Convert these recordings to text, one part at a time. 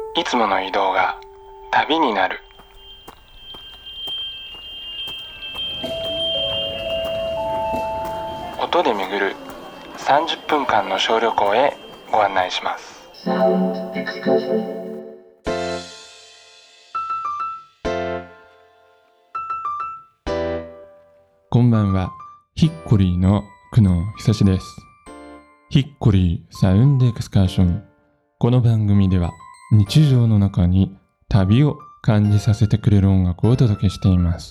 いつもの移動が旅になる。音で巡る30分間の小旅行へご案内します。 こんばんは。ヒッコリーの久野久志です。ヒッコリーサウンドエクスカーション。この番組では日常の中に旅を感じさせてくれる音楽をお届けしています。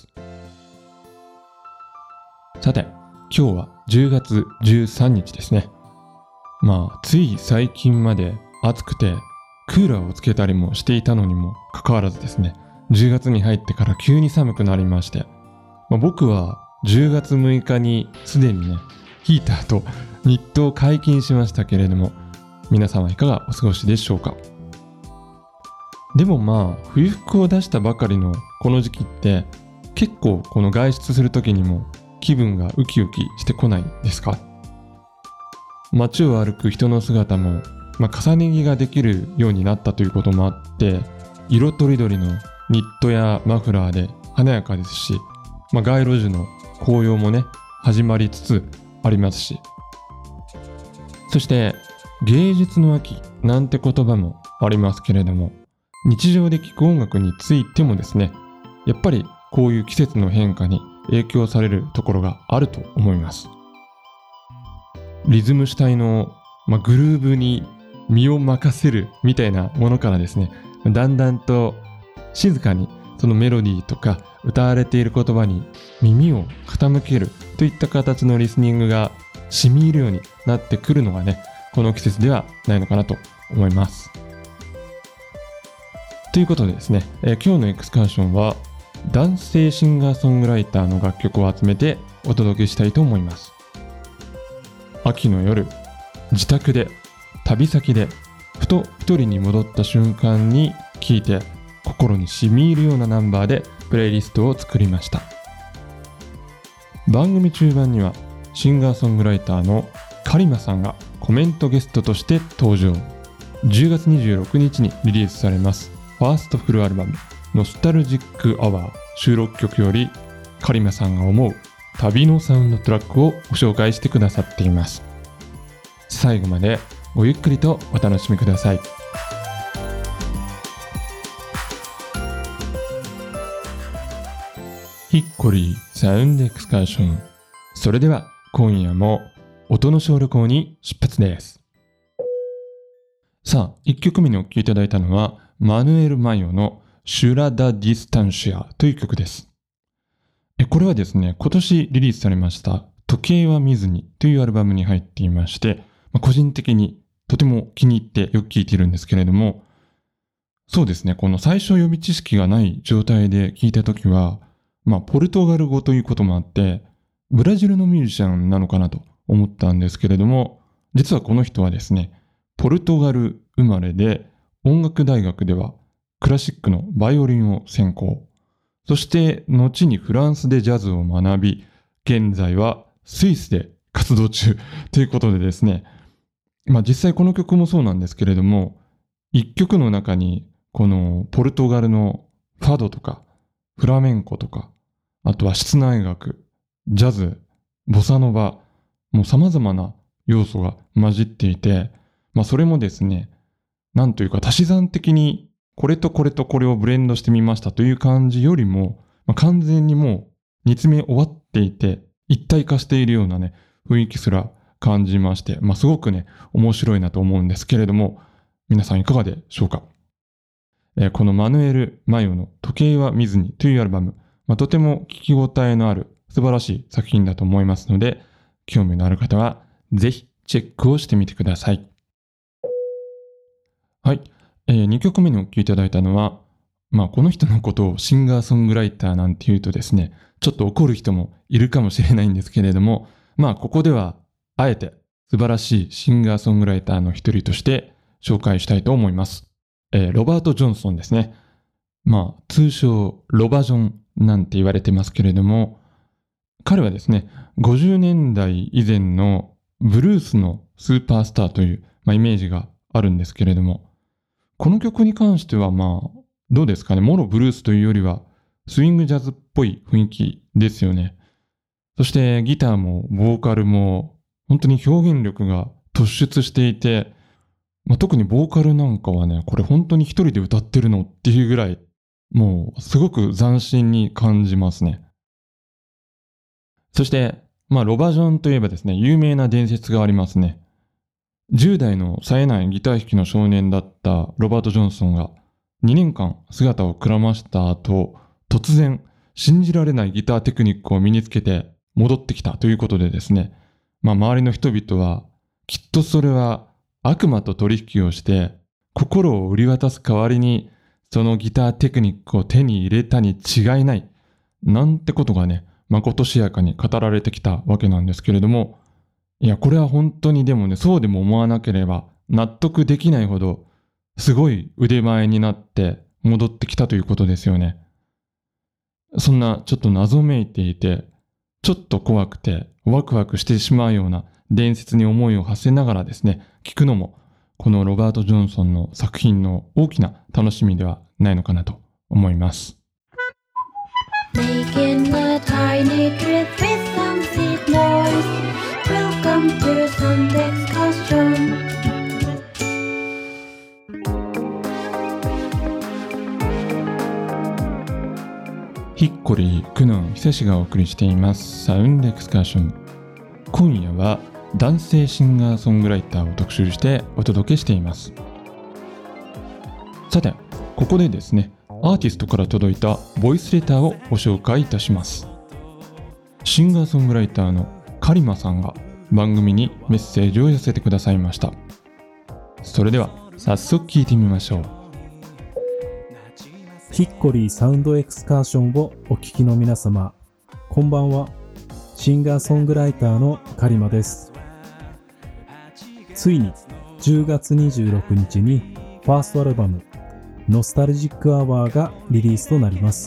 さて、今日は10月13日ですね。つい最近まで暑くてクーラーをつけたりもしていたのにもかかわらずですね、10月に入ってから急に寒くなりまして、僕は10月6日にすでにね、ヒーターとニットを解禁しましたけれども、皆さんはいかがお過ごしでしょうか。でも冬服を出したばかりのこの時期って結構この外出する時にも気分がウキウキしてこないですか。街を歩く人の姿も、重ね着ができるようになったということもあって、色とりどりのニットやマフラーで華やかですし、街路樹の紅葉もね始まりつつありますし、そして芸術の秋なんて言葉もありますけれども、日常で聴く音楽についてもですね、やっぱりこういう季節の変化に影響されるところがあると思います。リズム主体の、グルーヴに身を任せるみたいなものからですね、だんだんと静かにそのメロディーとか歌われている言葉に耳を傾けるといった形のリスニングが染み入るようになってくるのがね、この季節ではないのかなと思います。ということでですね、今日のエクスカーションは男性シンガーソングライターの楽曲を集めてお届けしたいと思います。秋の夜、自宅で、旅先で、ふと一人に戻った瞬間に聴いて心に染み入るようなナンバーでプレイリストを作りました。番組中盤にはシンガーソングライターのカリマさんがコメントゲストとして登場。10月26日にリリースされますファーストフルアルバムノスタルジックアワー収録曲より、カリマさんが思う旅のサウンドトラックをご紹介してくださっています。最後までごゆっくりとお楽しみください。ヒッコリーサウンドエクスカーション。それでは今夜も音の小旅行に出発です。さあ、1曲目にお聴きいただいたのはマヌエル・マヨのシュラダ・ディスタンシアという曲です。これはですね、今年リリースされました時計は見ずにというアルバムに入っていまして、個人的にとても気に入ってよく聴いているんですけれども、そうですね、この最初予備知識がない状態で聴いたときは、ポルトガル語ということもあって、ブラジルのミュージシャンなのかなと思ったんですけれども、実はこの人はですね、ポルトガル生まれで、音楽大学ではクラシックのバイオリンを専攻。そして後にフランスでジャズを学び、現在はスイスで活動中ということでですね、実際この曲もそうなんですけれども、一曲の中にこのポルトガルのファドとかフラメンコとか、あとは室内楽、ジャズ、ボサノバ、もう様々な要素が混じっていて、それもですね、なんというか足し算的にこれとこれとこれをブレンドしてみましたという感じよりも、完全にもう煮詰め終わっていて一体化しているようなね、雰囲気すら感じまして、すごくね、面白いなと思うんですけれども、皆さんいかがでしょうか。このマヌエル・マヨの時計は見ずにというアルバム、とても聞き応えのある素晴らしい作品だと思いますので、興味のある方はぜひチェックをしてみてください。はい、2曲目にお聴きいただいたのは、この人のことをシンガーソングライターなんて言うとですね、ちょっと怒る人もいるかもしれないんですけれども、ここではあえて素晴らしいシンガーソングライターの一人として紹介したいと思います。ロバート・ジョンソンですね。通称ロバジョンなんて言われてますけれども、彼はですね、50年代以前のブルースのスーパースターという、イメージがあるんですけれども、 この曲に関してはどうですかね。もろブルースというよりはスイングジャズっぽい雰囲気ですよね。そしてギターもボーカルも本当に表現力が突出していて、特にボーカルなんかはね、これ本当に一人で歌ってるのっていうぐらい、もうすごく斬新に感じますね。そして、ロバジョンといえばですね、有名な伝説がありますね。10代の冴えないギター弾きの少年だったロバート・ジョンソンが2年間姿をくらました後、突然信じられないギターテクニックを身につけて戻ってきたということでですね、周りの人々はきっとそれは悪魔と取引をして心を売り渡す代わりにそのギターテクニックを手に入れたに違いないなんてことがね、まことしやかに語られてきたわけなんですけれども、いや、これは本当にでもね、そうでも思わなければ納得できないほどすごい腕前になって戻ってきたということですよね。そんなちょっと謎めいていて、ちょっと怖くてワクワクしてしまうような伝説に思いを馳せながらですね、聞くのもこのロバート・ジョンソンの作品の大きな楽しみではないのかなと思います。 Making a tiny trip with some seed noise. Welcome to Sunday Excursion. ヒッコリー、クノン、久志がお送りしていますサウンドエクスカーション。今夜は男性シンガーソングライターを特集してお届けしています。さて、ここでですね、アーティストから届いたボイスレターをご紹介いたします。シンガーソングライターのカリマさんが番組にメッセージを寄せてくださいました。それでは早速聞いてみましょう。 ヒッコリーサウンドエクスカーションをお聞きの皆様、こんばんは。シンガーソングライターのカリマです。ついに10月26日にファーストアルバムノスタルジックアワーがリリースとなります。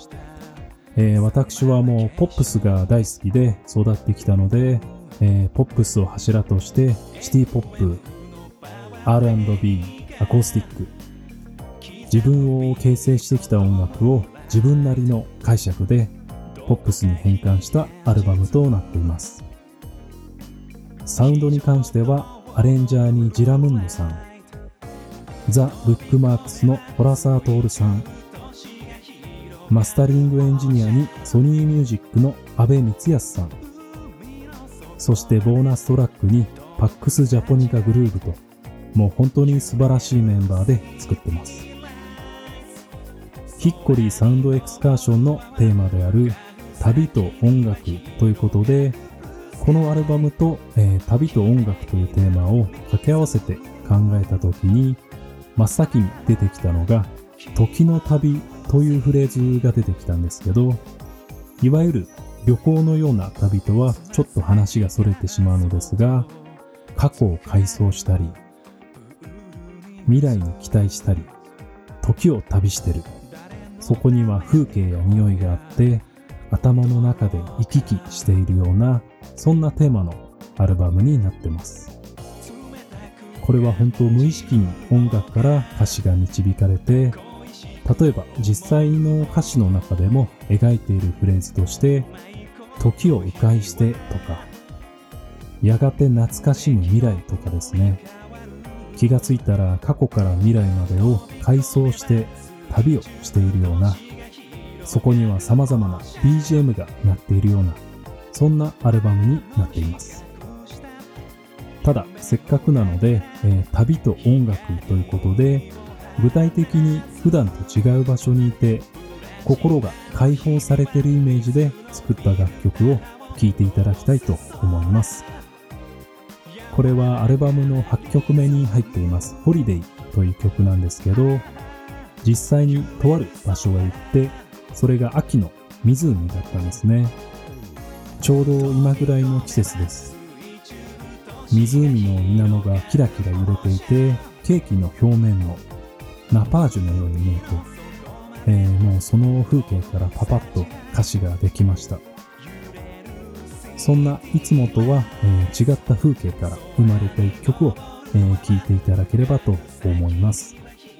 私はもうポップスが大好きで育ってきたので、ポップスを柱としてシティポップ、R&B、アコースティック、自分を形成してきた音楽を自分なりの解釈でポップスに変換したアルバムとなっています。サウンドに関してはアレンジャーにジラムンドさん、ザ・ブックマークスのホラサートールさん、マスタリングエンジニアにソニーミュージックの阿部光康さん、そしてボーナストラックにパックスジャポニカグルーヴと、もう本当に素晴らしいメンバーで作ってます。ヒッコリーサウンドエクスカーションのテーマである旅と音楽ということで、このアルバムと、旅と音楽というテーマを掛け合わせて考えたときに、真っ先に出てきたのが時の旅というフレーズが出てきたんですけど、いわゆる旅行のような旅とはちょっと話がそれてしまうのですが、過去を回想したり、未来に期待したり、時を旅してる。そこには風景や匂いがあって、頭の中で行き来しているような、そんなテーマのアルバムになってます。これは本当無意識に音楽から歌詞が導かれて、例えば実際の歌詞の中でも描いているフレーズとして、時を迂回してとか、やがて懐かしむ未来とかですね。気がついたら過去から未来までを回想して旅をしているような、そこには様々な BGM が鳴っているような、そんなアルバムになっています。ただせっかくなので、旅と音楽ということで、具体的に普段と違う場所にいて心が解放されているイメージで作った楽曲を聴いていただきたいと思います。これはアルバムの8曲目に入っていますホリデイという曲なんですけど、実際にとある場所へ行って、それが秋の湖だったんですね。ちょうど今ぐらいの季節です。湖の水面がキラキラ揺れていて、ケーキの表面のナパージュのように見えて、もうその風景からパパッと歌詞ができました。そんないつもとは、違った風景から生まれた一曲を、聴いていただければと思います。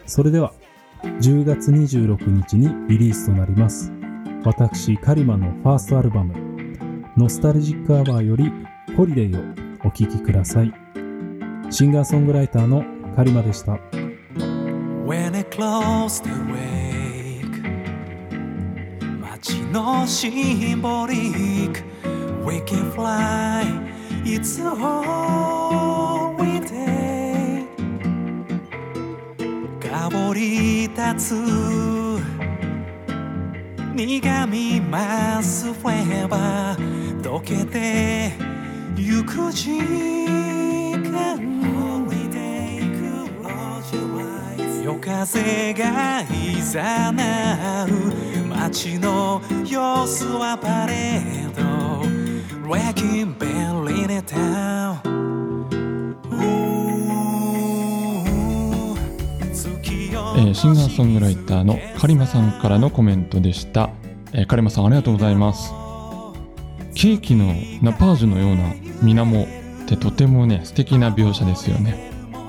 それでは10月26日にリリースとなります私カリマのファーストアルバムノスタルジックアワーよりホリデーをお聴きください。シンガーソングライターのカリマでした。 When I close the wake 街のシンボリック We can fly It's a holiday 香り立つ苦み増すフレーバー溶けてゆく時間夜風がいざなう街の様子はパレード Wrecking Bell in a town シンガーソングライターのカリマさんからのコメントでした。カリマさんありがとうございます。ケーキのナパージュのような水面ってとてもね素敵な描写ですよね。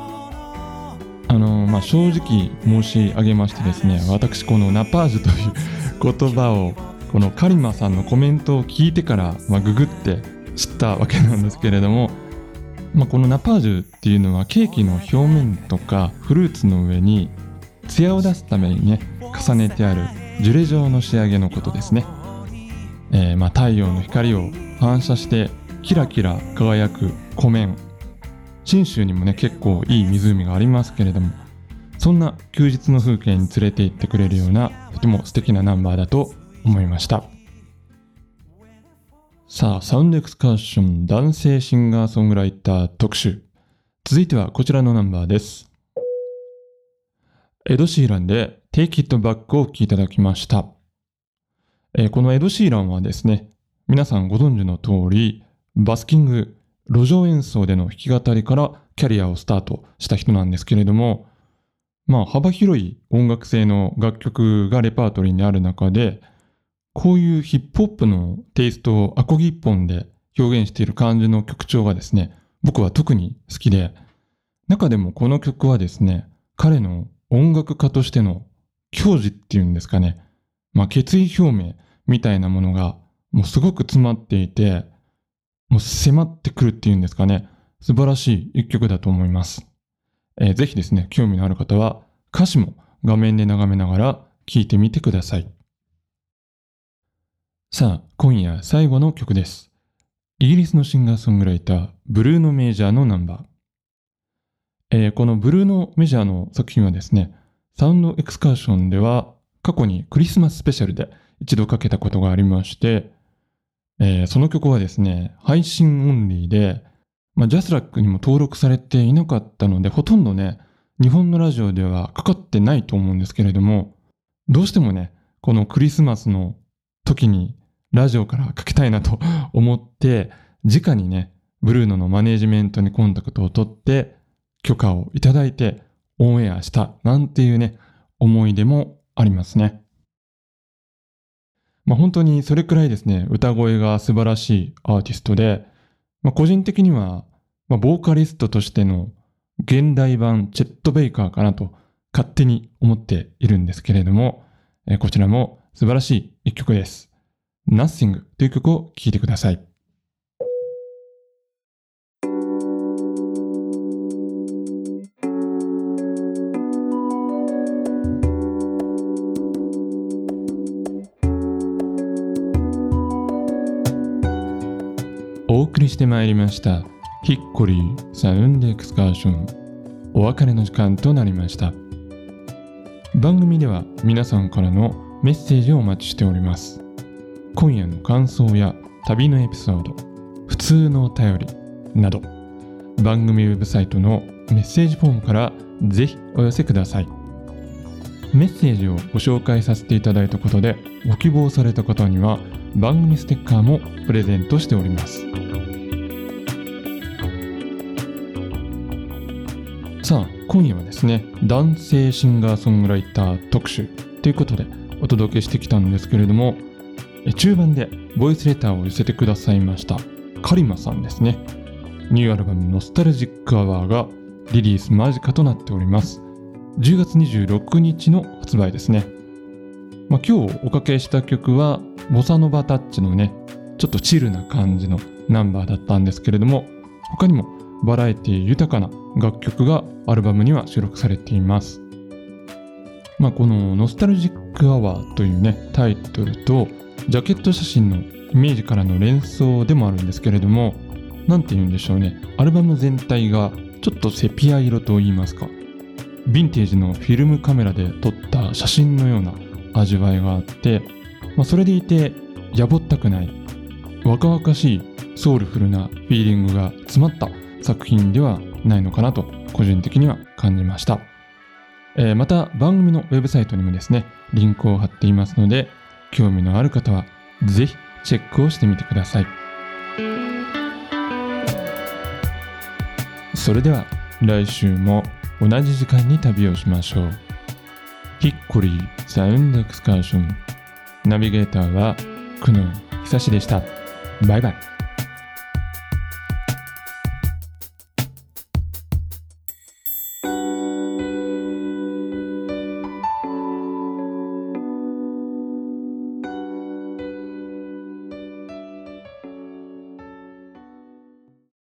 正直申し上げましてですね、私このナパージュという言葉をこのカリマさんのコメントを聞いてから、ググって知ったわけなんですけれども、このナパージュっていうのはケーキの表面とかフルーツの上に艶を出すためにね重ねてあるジュレ状の仕上げのことですね。太陽の光を反射してキラキラ輝く湖面、信州にもね結構いい湖がありますけれども、そんな休日の風景に連れて行ってくれるようなとても素敵なナンバーだと思いました。さあ、サウンドエクスカーション男性シンガーソングライター特集、続いてはこちらのナンバーです。エド・シーランで Take It Back を聴いていただきました。このエド・シーランはですね、皆さんご存知の通りバスキング、路上演奏での弾き語りからキャリアをスタートした人なんですけれども、幅広い音楽性の楽曲がレパートリーにある中で、こういうヒップホップのテイストをアコギ一本で表現している感じの曲調がですね、僕は特に好きで、中でもこの曲はですね、彼の音楽家としての矜持っていうんですかね、決意表明みたいなものがもうすごく詰まっていて、もう迫ってくるっていうんですかね、素晴らしい一曲だと思います。ぜひですね、興味のある方は歌詞も画面で眺めながら聴いてみてください。さあ、今夜最後の曲です。イギリスのシンガーソングライターブルーノ・メジャーのナンバー。このブルーノ・メジャーの作品はですね、サウンドエクスカーションでは過去にクリスマススペシャルで一度かけたことがありまして、その曲はですね、配信オンリーで、ジャスラックにも登録されていなかったので、ほとんどね、日本のラジオではかかってないと思うんですけれども、どうしてもね、このクリスマスの時にラジオからかけたいなと思って、直にね、ブルーノのマネージメントにコンタクトを取って、許可をいただいてオンエアしたなんていうね、思い出もありますね。本当にそれくらいですね、歌声が素晴らしいアーティストで、個人的には、ボーカリストとしての現代版チェット・ベイカーかなと勝手に思っているんですけれども、こちらも素晴らしい一曲です。Nothing という曲を聴いてください。お送りしてまいりましたヒッコリーサウンドエクスカーション、お別れの時間となりました。番組では皆さんからのメッセージをお待ちしております。今夜の感想や旅のエピソード、普通のお便りなど、番組ウェブサイトのメッセージフォームからぜひお寄せください。メッセージをご紹介させていただいたことでご希望された方には番組ステッカーもプレゼントしております。さあ、今夜はですね、男性シンガーソングライター特集ということでお届けしてきたんですけれども、中盤でボイスレターを寄せてくださいましたカリマさんですね。ニューアルバムノスタルジックアワーがリリース間近となっております。 10月26日の発売ですね。今日おかけした曲はボサノバタッチのね、ちょっとチルな感じのナンバーだったんですけれども、他にもバラエティ豊かな楽曲がアルバムには収録されています。このノスタルジックアワーというねタイトルとジャケット写真のイメージからの連想でもあるんですけれども、なんて言うんでしょうね、アルバム全体がちょっとセピア色と言いますか、ヴィンテージのフィルムカメラで撮った写真のような味わいがあって、それでいてやぼったくない若々しいソウルフルなフィーリングが詰まった作品ではないのかなと個人的には感じました。また番組のウェブサイトにもですねリンクを貼っていますので、興味のある方はぜひチェックをしてみてください。それでは来週も同じ時間に旅をしましょう。ヒッコリーサウンドエクスカーション、ナビゲーターは久野久志でした。バイバイ。